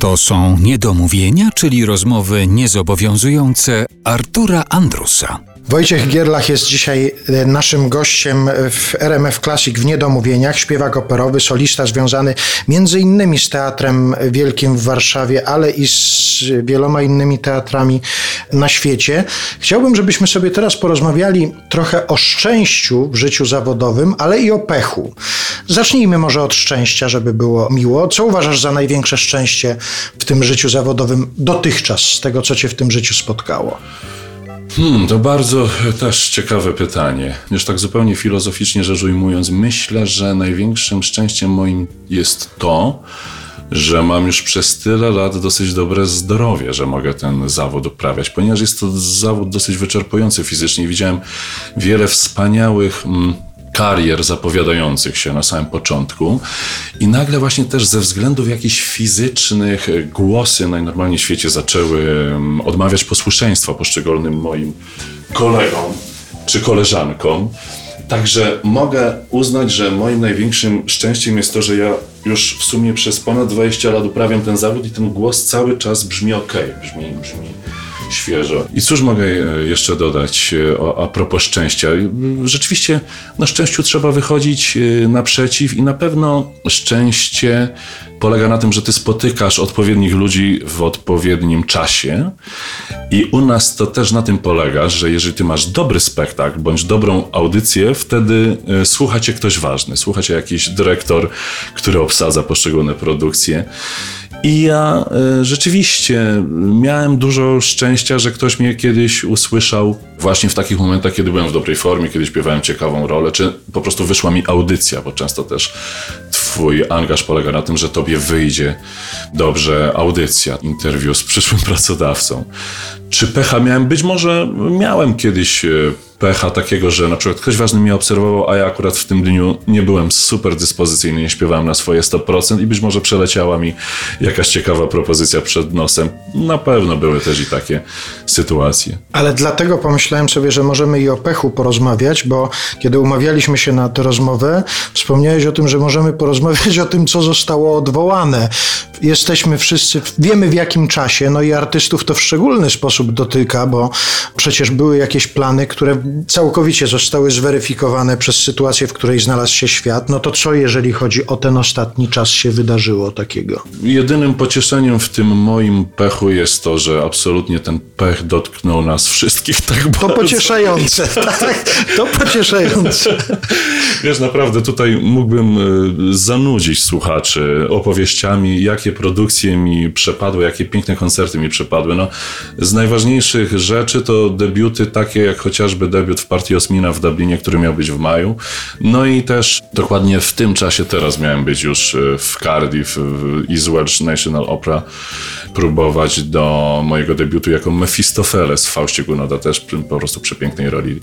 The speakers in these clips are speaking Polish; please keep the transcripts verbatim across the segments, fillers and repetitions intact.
To są niedomówienia, czyli rozmowy niezobowiązujące Artura Andrusa. Wojciech Gierlach jest dzisiaj naszym gościem w R M F Classic w Niedomówieniach. Śpiewak operowy, solista związany między innymi z Teatrem Wielkim w Warszawie, ale i z wieloma innymi teatrami na świecie. Chciałbym, żebyśmy sobie teraz porozmawiali trochę o szczęściu w życiu zawodowym, ale i o pechu. Zacznijmy może od szczęścia, żeby było miło. Co uważasz za największe szczęście w tym życiu zawodowym dotychczas, z tego, co cię w tym życiu spotkało? Hmm, to bardzo też ciekawe pytanie. Już tak zupełnie filozoficznie rzecz ujmując, myślę, że największym szczęściem moim jest to, że mam już przez tyle lat dosyć dobre zdrowie, że mogę ten zawód uprawiać, ponieważ jest to zawód dosyć wyczerpujący fizycznie. Widziałem wiele wspaniałych mm, karier zapowiadających się na samym początku i nagle właśnie też ze względów jakichś fizycznych głosy najnormalniej w świecie zaczęły odmawiać posłuszeństwa poszczególnym moim kolegom czy koleżankom. Także mogę uznać, że moim największym szczęściem jest to, że ja już w sumie przez ponad dwadzieścia lat uprawiam ten zawód i ten głos cały czas brzmi okej, brzmi, brzmi świeżo. I cóż mogę jeszcze dodać o, a propos szczęścia? Rzeczywiście na szczęściu trzeba wychodzić naprzeciw i na pewno szczęście polega na tym, że ty spotykasz odpowiednich ludzi w odpowiednim czasie i u nas to też na tym polega, że jeżeli ty masz dobry spektakl bądź dobrą audycję, wtedy słucha cię ktoś ważny, słucha cię jakiś dyrektor, który obsadza poszczególne produkcje. I ja y, rzeczywiście miałem dużo szczęścia, że ktoś mnie kiedyś usłyszał właśnie w takich momentach, kiedy byłem w dobrej formie, kiedy śpiewałem ciekawą rolę, czy po prostu wyszła mi audycja, bo często też twój angaż polega na tym, że tobie wyjdzie dobrze audycja, interwiu z przyszłym pracodawcą. Czy pecha miałem? Być może miałem kiedyś pecha takiego, że na przykład ktoś ważny mnie obserwował, a ja akurat w tym dniu nie byłem super dyspozycyjny, nie śpiewałem na swoje sto procent i być może przeleciała mi jakaś ciekawa propozycja przed nosem. Na pewno były też i takie sytuacje. Ale dlatego pomyślałem sobie, że możemy i o pechu porozmawiać, bo kiedy umawialiśmy się na tę rozmowę, wspomniałeś o tym, że możemy porozmawiać o tym, co zostało odwołane. Jesteśmy wszyscy, wiemy w jakim czasie, no i artystów to w szczególny sposób dotyka, bo przecież były jakieś plany, które całkowicie zostały zweryfikowane przez sytuację, w której znalazł się świat. No to co, jeżeli chodzi o ten ostatni czas, się wydarzyło takiego? Jedynym pocieszeniem w tym moim pechu jest to, że absolutnie ten pech dotknął nas wszystkich tak bardzo. To pocieszające, tak? To pocieszające. Wiesz, naprawdę tutaj mógłbym zanudzić słuchaczy opowieściami, jakie produkcje mi przepadły, jakie piękne koncerty mi przepadły. No, z najważniejszych rzeczy to debiuty takie jak chociażby debiut w Partii Osmina w Dublinie, który miał być w maju. No i też dokładnie w tym czasie teraz miałem być już w Cardiff i z Welsh National Opera próbować do mojego debiutu jako Mefistofeles w Faustie Goonoda, też po prostu przepięknej roli.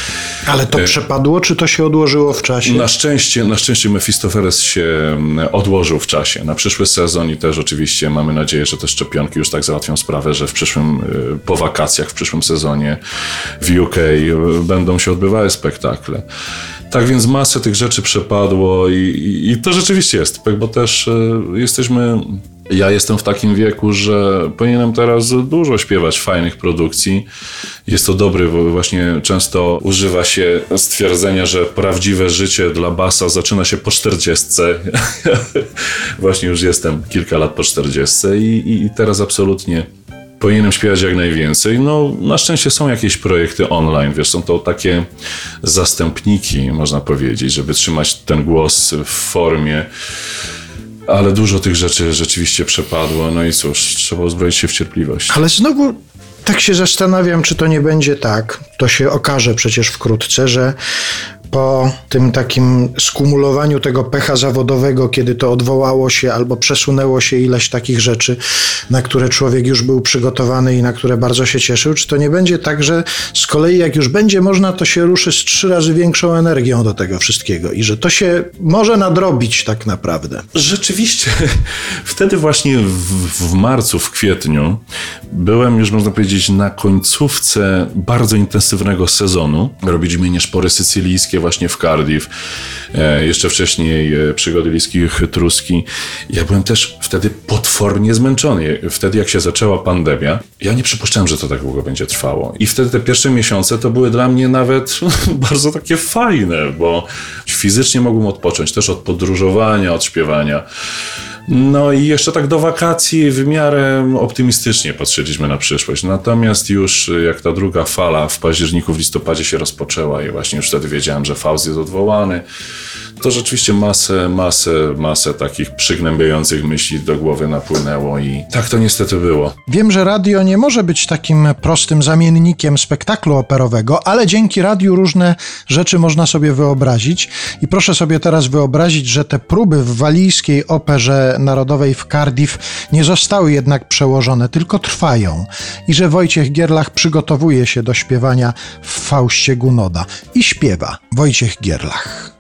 Ale to przepadło, czy to się odłożyło w czasie? Na szczęście, na szczęście Mefistofeles się odłożył w czasie. Na przyszły sezon i też oczywiście mamy nadzieję, że te szczepionki już tak załatwią sprawę, że w przyszłym, po wakacjach, w przyszłym sezonie w U K będą się odbywały spektakle. Tak więc masę tych rzeczy przepadło i, i, i to rzeczywiście jest, bo też jesteśmy... Ja jestem w takim wieku, że powinienem teraz dużo śpiewać fajnych produkcji. Jest to dobry, bo właśnie często używa się stwierdzenia, że prawdziwe życie dla basa zaczyna się po czterdziestce. Właśnie już jestem kilka lat po czterdziestce i, i, i teraz absolutnie powinienem śpiewać jak najwięcej. No, na szczęście są jakieś projekty online, wiesz, są to takie zastępniki, można powiedzieć, żeby trzymać ten głos w formie. Ale dużo tych rzeczy rzeczywiście przepadło, no i cóż, trzeba uzbroić się w cierpliwość. Ale znowu tak się zastanawiam, czy to nie będzie tak, to się okaże przecież wkrótce, że po tym takim skumulowaniu tego pecha zawodowego, kiedy to odwołało się albo przesunęło się ileś takich rzeczy, na które człowiek już był przygotowany i na które bardzo się cieszył, czy to nie będzie tak, że z kolei jak już będzie można, to się ruszy z trzy razy większą energią do tego wszystkiego i że to się może nadrobić tak naprawdę. Rzeczywiście, wtedy właśnie w, w marcu, w kwietniu byłem już, można powiedzieć, na końcówce bardzo intensywnego sezonu. Robiliśmy Nieszpory sycylijskie, waliskie właśnie w Cardiff, e, jeszcze wcześniej e, przygody liskich Truski. Ja byłem też wtedy potwornie zmęczony. Wtedy jak się zaczęła pandemia, ja nie przypuszczałem, że to tak długo będzie trwało. I wtedy te pierwsze miesiące to były dla mnie nawet bardzo takie fajne, bo fizycznie mogłem odpocząć też od podróżowania, od śpiewania. No i jeszcze tak do wakacji w miarę optymistycznie patrzyliśmy na przyszłość. Natomiast już jak ta druga fala w październiku, w listopadzie się rozpoczęła i właśnie już wtedy wiedziałem, że Faust jest odwołany, to rzeczywiście masę, masę, masę takich przygnębiających myśli do głowy napłynęło i tak to niestety było. Wiem, że radio nie może być takim prostym zamiennikiem spektaklu operowego, ale dzięki radiu różne rzeczy można sobie wyobrazić. I proszę sobie teraz wyobrazić, że te próby w walijskiej operze narodowej w Cardiff nie zostały jednak przełożone, tylko trwają. I że Wojciech Gierlach przygotowuje się do śpiewania w Faustie Gunoda. I śpiewa Wojciech Gierlach.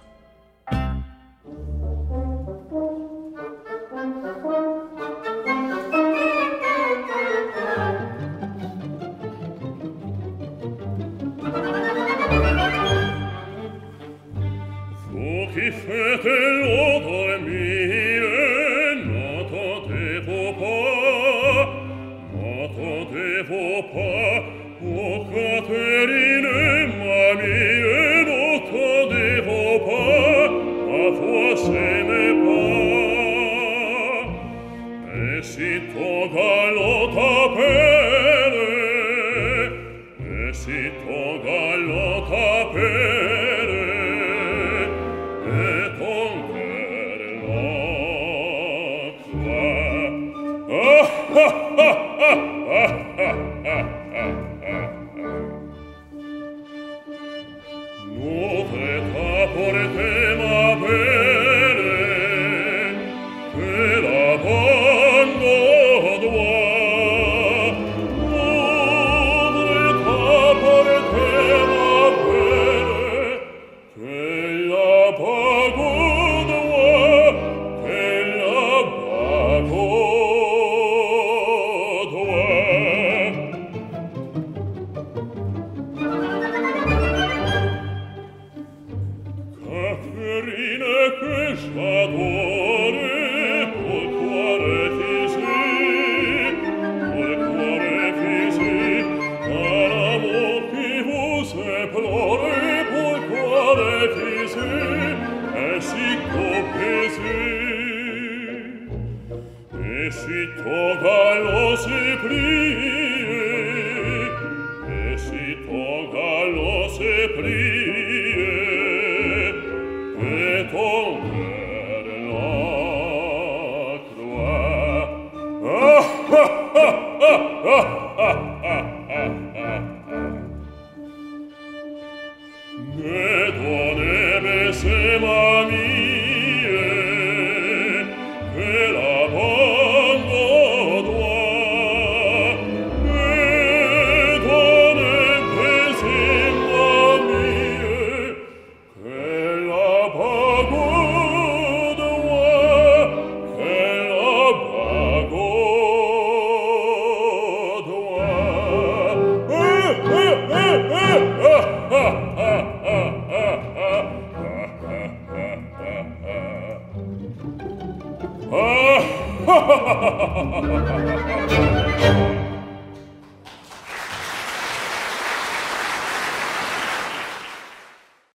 Qui fratello dormire, noto devo pas, noto devo pas, o Caterine, mamie, noto devo pas, ma foi se ne pas, et si to galota pere, et si to galota pere, ha ha ha ha ha ha ha ha ha ha ha.